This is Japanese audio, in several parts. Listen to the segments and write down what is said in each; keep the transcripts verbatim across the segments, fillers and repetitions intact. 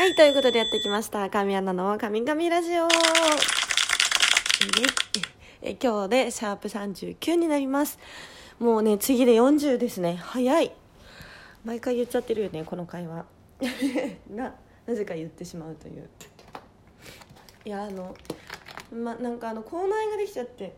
はい、ということでやってきました神アナの神々ラジオ。え今日でシャープさんじゅうきゅうになります。もうね、次でよんじゅうですね。早い。毎回言っちゃってるよね、この会話ななぜか言ってしまうという。いや、あのまなんかあの口内炎ができちゃって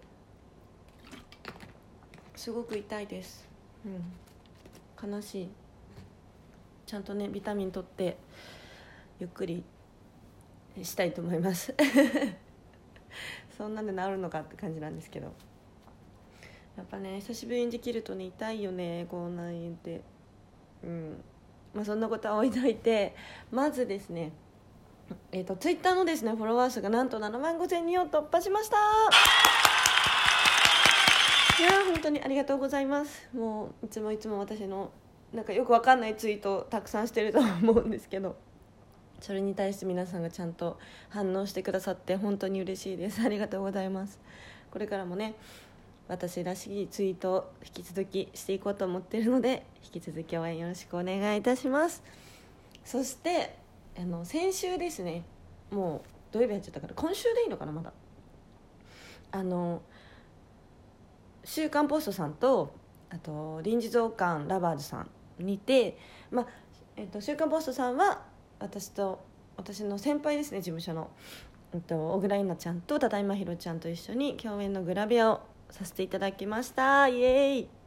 すごく痛いです。うん、悲しい。ちゃんとねビタミン取ってゆっくりしたいと思いますそんなんで治るのかって感じなんですけど、やっぱね久しぶりにできるとね痛いよね、口内炎って。うんまあそんなことは置いといて、まずですねえーとツイッターのですねフォロワー数がなんとななまんごせんにんを突破しました。いやー本当にありがとうございます。もういつもいつも私のなんかよくわかんないツイートをたくさんしてると思うんですけど、それに対して皆さんがちゃんと反応してくださって本当に嬉しいです。ありがとうございます。これからもね私らしいツイートを引き続きしていこうと思っているので、引き続き応援よろしくお願いいたします。そしてあの先週ですね、もう土曜日やっちゃったから今週でいいのかな、まだあの週刊ポストさんとあと臨時増刊ラバーズさんにて、まあえっと、週刊ポストさんは私と私の先輩ですね、事務所の、えっと、小倉優奈ちゃんと多田今ひろちゃんと一緒に共演のグラビアをさせていただきました。イエーイ。こ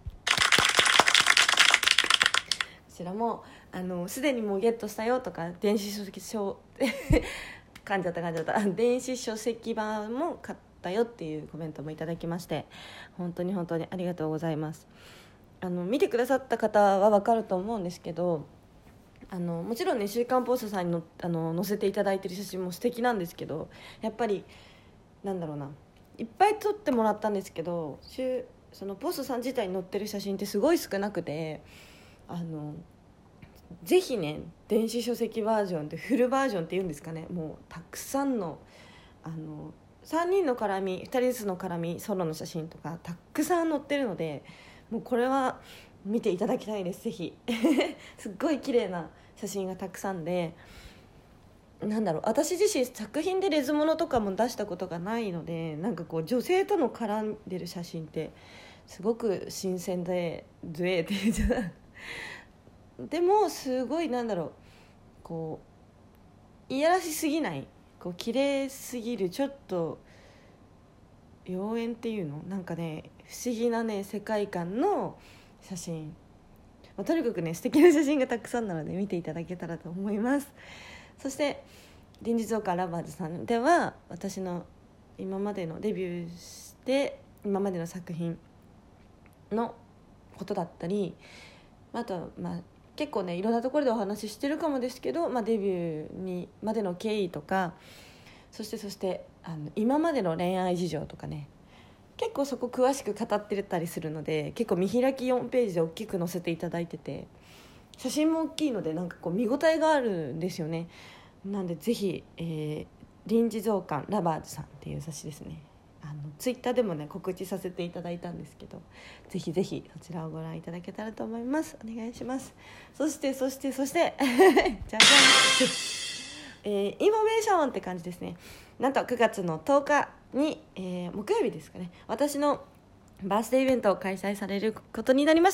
ちらもあのすでにもうゲットしたよとか、電子書籍書噛んじゃった噛んじゃった電子書籍版も買ったよっていうコメントもいただきまして、本当に本当にありがとうございます。あの見てくださった方は分かると思うんですけど、あのもちろんね週刊ポストさんにのあの載せていただいてる写真も素敵なんですけど、やっぱりなんだろうな、いっぱい撮ってもらったんですけど、週そのポストさん自体に載ってる写真ってすごい少なくて、あのぜひね電子書籍バージョンでフルバージョンっていうんですかね、もうたくさんのあのさんにんの絡みふたりずつの絡みソロの写真とかたくさん載ってるので、もうこれは見ていただきたいです。ぜひすっごい綺麗な写真がたくさんで、なんだろう、私自身作品でレズモノとかも出したことがないので、なんかこう女性との絡んでる写真ってすごく新鮮でズエーっていうじゃないでもすごいなんだろう、こういやらしすぎない、こう綺麗すぎる、ちょっと妖艶っていうの、なんかね不思議なね世界観の写真、まあ、とにかくね素敵な写真がたくさんなので見ていただけたらと思います。そして臨時増刊ラバーズさんでは私の今までのデビューして今までの作品のことだったり、あとはまあ結構ねいろんなところでお話ししてるかもですけど、まあ、デビューにまでの経緯とか、そしてそしてあの今までの恋愛事情とかね、結構そこ詳しく語ってたりするので、結構見開きよんページで大きく載せていただいてて、写真も大きいのでなんかこう見応えがあるんですよね。なんでぜひ、えー、臨時増刊ラバーズさんっていう雑誌ですね、あのツイッターでもね告知させていただいたんですけど、ぜひぜひそちらをご覧いただけたらと思います。お願いします。そしてそしてそしてじゃじゃんえー、インフォメーションって感じですね。なんとくがつのとおかに、えー、木曜日ですかね、私のバースデーイベントを開催されることになりました。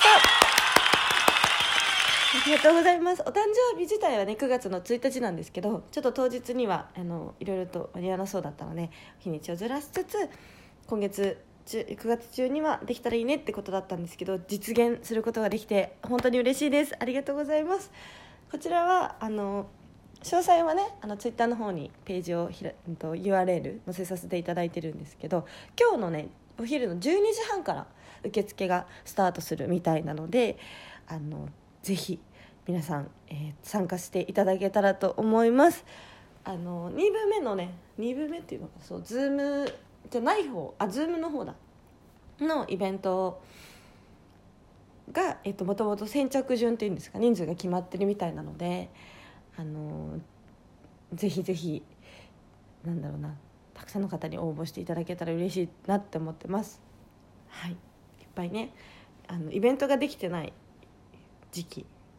ありがとうございます。お誕生日自体はねくがつのついたちなんですけど、ちょっと当日にはあのいろいろと間に合わなそうだったので日にちをずらしつつ、今月くがつ中にはできたらいいねってことだったんですけど、実現することができて本当に嬉しいです。ありがとうございます。こちらはあの詳細はねあのツイッターの方にページをひら、うん、と ユーアールエル 載せさせていただいてるんですけど、今日のねお昼のじゅうにじはんから受付がスタートするみたいなので、あのぜひ皆さん、えー、参加していただけたらと思います。あのにぶめのねにぶめっていうのか、そうズームじゃない方、あズームの方だのイベントが、えっと、もともと先着順っていうんですか、人数が決まってるみたいなので、あのぜひぜひなんだろうな、たくさんの方に応募していただけたら嬉しいなって思ってます。はい、いっぱいねあのイベントができてない時期、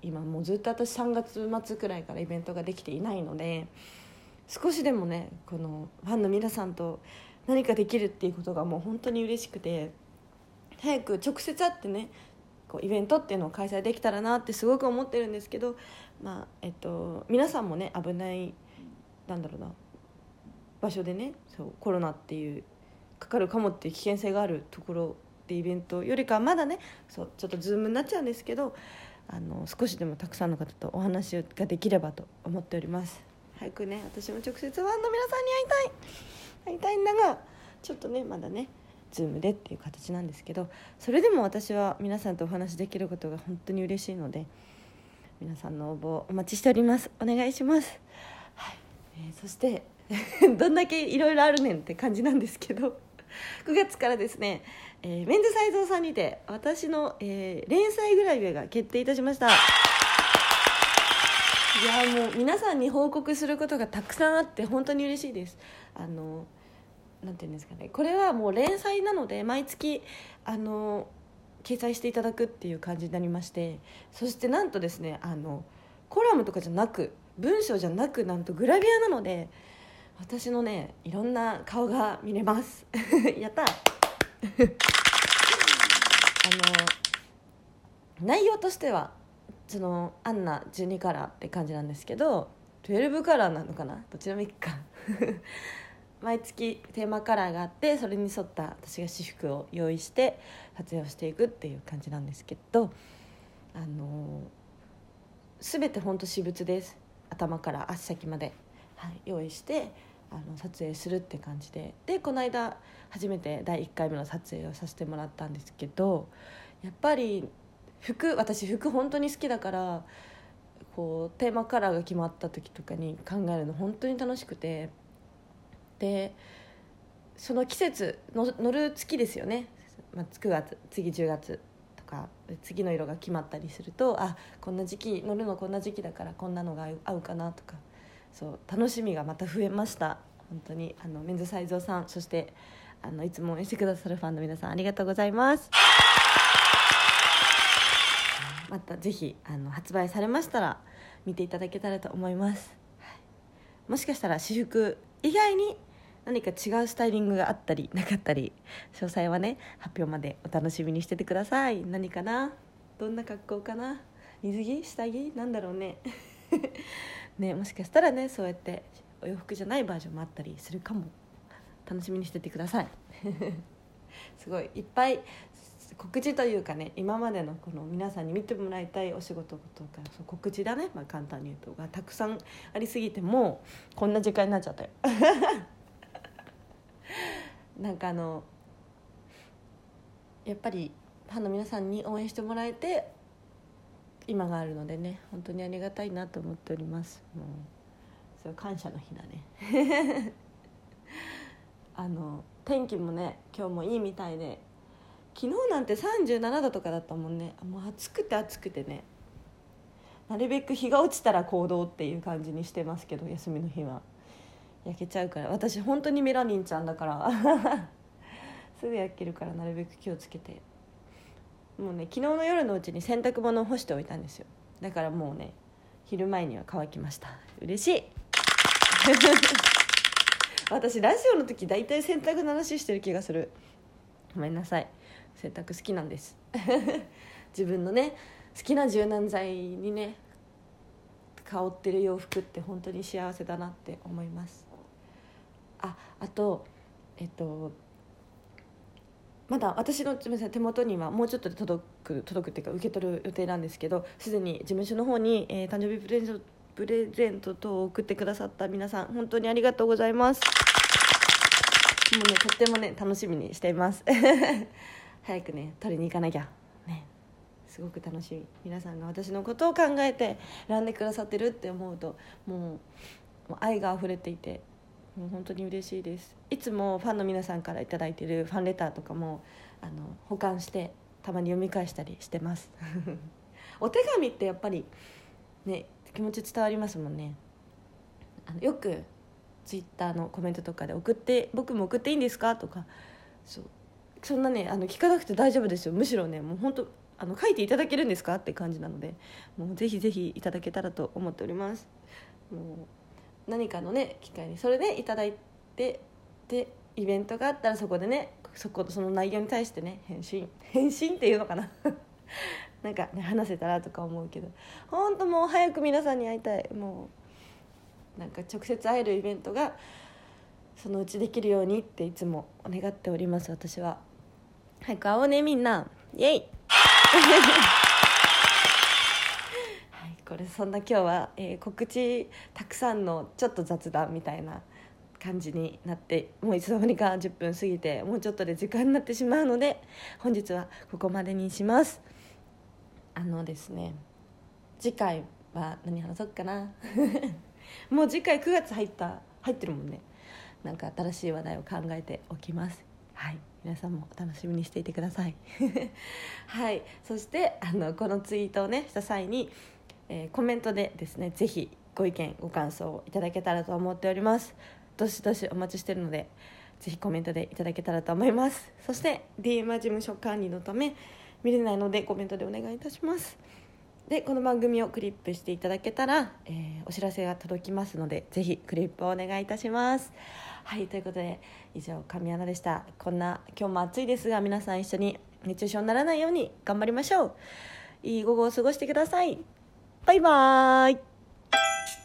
今もうずっと私さんがつ末くらいからイベントができていないので、少しでもねこのファンの皆さんと何かできるっていうことがもう本当に嬉しくて、早く直接会ってねこうイベントっていうのを開催できたらなってすごく思ってるんですけど、まあえっと、皆さんもね危ないなんだろうな場所でねそうコロナっていうかかるかもっていう危険性があるところでイベントよりかはまだねそうちょっとズームになっちゃうんですけど、あの少しでもたくさんの方とお話ができればと思っております。早くね私も直接ファンの皆さんに会いたい会いたいんだが、ちょっとねまだねズームでっていう形なんですけど、それでも私は皆さんとお話できることが本当に嬉しいので、皆さんの応募お待ちしております。お願いします、はいえー、そしてどんだけいろいろあるねんって感じなんですけど、くがつからですね、えー、メンズサイゾーさんにて私の、えー、連載ぐらい上が決定いたしました。いやもう皆さんに報告することがたくさんあって本当に嬉しいです。あのなんていうんですかね、これはもう連載なので毎月あの掲載していただくっていう感じになりまして、そしてなんとですねあのコラムとかじゃなく文章じゃなくなんとグラビアなので、私のねいろんな顔が見れますやったあの内容としてはそのアンナじゅうにカラーって感じなんですけど、じゅうにカラーなのかな、どちらもいいか毎月テーマカラーがあって、それに沿った私が私服を用意して撮影をしていくっていう感じなんですけど、あの全て本当私物です。頭から足先まで、はい、用意してあの撮影するって感じで、でこの間初めてだいいっかいめの撮影をさせてもらったんですけど、やっぱり服私服本当に好きだから、こうテーマカラーが決まった時とかに考えるの本当に楽しくて、でその季節の乗る月ですよね、まあ、くがつ次じゅうがつとか次の色が決まったりすると、あこんな時期乗るのこんな時期だからこんなのが合うかなとか、そう楽しみがまた増えました。本当にあのメンズサイゾーさん、そしてあのいつも応援してくださるファンの皆さんありがとうございます。またぜひあの発売されましたら見ていただけたらと思います、はい、もしかしたら私服以外に何か違うスタイリングがあったりなかったり、詳細はね発表までお楽しみにしててください。何かな、どんな格好かな、水着下着なんだろうねね、もしかしたらねそうやってお洋服じゃないバージョンもあったりするかも。楽しみにしててくださいすごいいっぱい告知というかね、今までのこの皆さんに見てもらいたいお仕事とか、そう告知だね、まあ、簡単に言うとがたくさんありすぎてもうこんな時間になっちゃったよなんかあのやっぱりファンの皆さんに応援してもらえて今があるのでね、本当にありがたいなと思っております。もうそれ感謝の日だねあの天気もね今日もいいみたいで、昨日なんてさんじゅうななどとかだったもんね。もう暑くて暑くてね、なるべく日が落ちたら行動っていう感じにしてますけど、休みの日は焼けちゃうから、私本当にメラニンちゃんだからすぐ焼けるからなるべく気をつけて、もうね昨日の夜のうちに洗濯物を干しておいたんですよ。だからもうね昼前には乾きました。嬉しい私ラジオの時だいたい洗濯の話してる気がする。ごめんなさい、洗濯好きなんです自分のね好きな柔軟剤にね香ってる洋服って本当に幸せだなって思います。あ、あとえっとまだ私のすみません手元にはもうちょっとで届く届くっていうか受け取る予定なんですけど、すでに事務所の方に、えー、誕生日プレゼントプレゼント等を送ってくださった皆さん本当にありがとうございます。もうねとってもね楽しみにしています早くね取りに行かなきゃね、すごく楽しみ。皆さんが私のことを考えて選んでくださってるって思うともう、もう愛が溢れていてもう本当に嬉しいです。いつもファンの皆さんからいただいているファンレターとかもあの保管してたまに読み返したりしてますお手紙ってやっぱりね気持ち伝わりますもんね。あのよくツイッターのコメントとかで送って僕も送っていいんですかとか、そうそんなねあの聞かなくて大丈夫ですよ。むしろねもう本当あの書いていただけるんですかって感じなので、もうぜひぜひいただけたらと思っております。もう何かのね機会にそれでいただいて、でイベントがあったらそこでね、そこその内容に対してね返信返信っていうのかななんかね話せたらとか思うけど、本当もう早く皆さんに会いたい。もうなんか直接会えるイベントがそのうちできるようにっていつも願っております。私は早く会おうねみんな、イエイはい、これそんな今日は、えー告知たくさんのちょっと雑談みたいな感じになって、もういつの間にかじゅっぷん過ぎてもうちょっとで時間になってしまうので、本日はここまでにします。あのですね、次回は何話そうかなもう次回くがつ入った入ってるもんね。なんか新しい話題を考えておきます。はい、皆さんもお楽しみにしていてくださいはい、そしてあのこのツイートをねした際に、えーコメントでですね、ぜひご意見ご感想をいただけたらと思っております。どしどしお待ちしているので、ぜひコメントでいただけたらと思います。そして ディーエム は事務所管理のため見れないのでコメントでお願いいたします。でこの番組をクリップしていただけたら、えーお知らせが届きますので、ぜひクリップをお願いいたします。はい、ということで以上神アナでした。こんな今日も暑いですが、皆さん一緒に熱中症にならないように頑張りましょう。いい午後を過ごしてください。バイバーイ。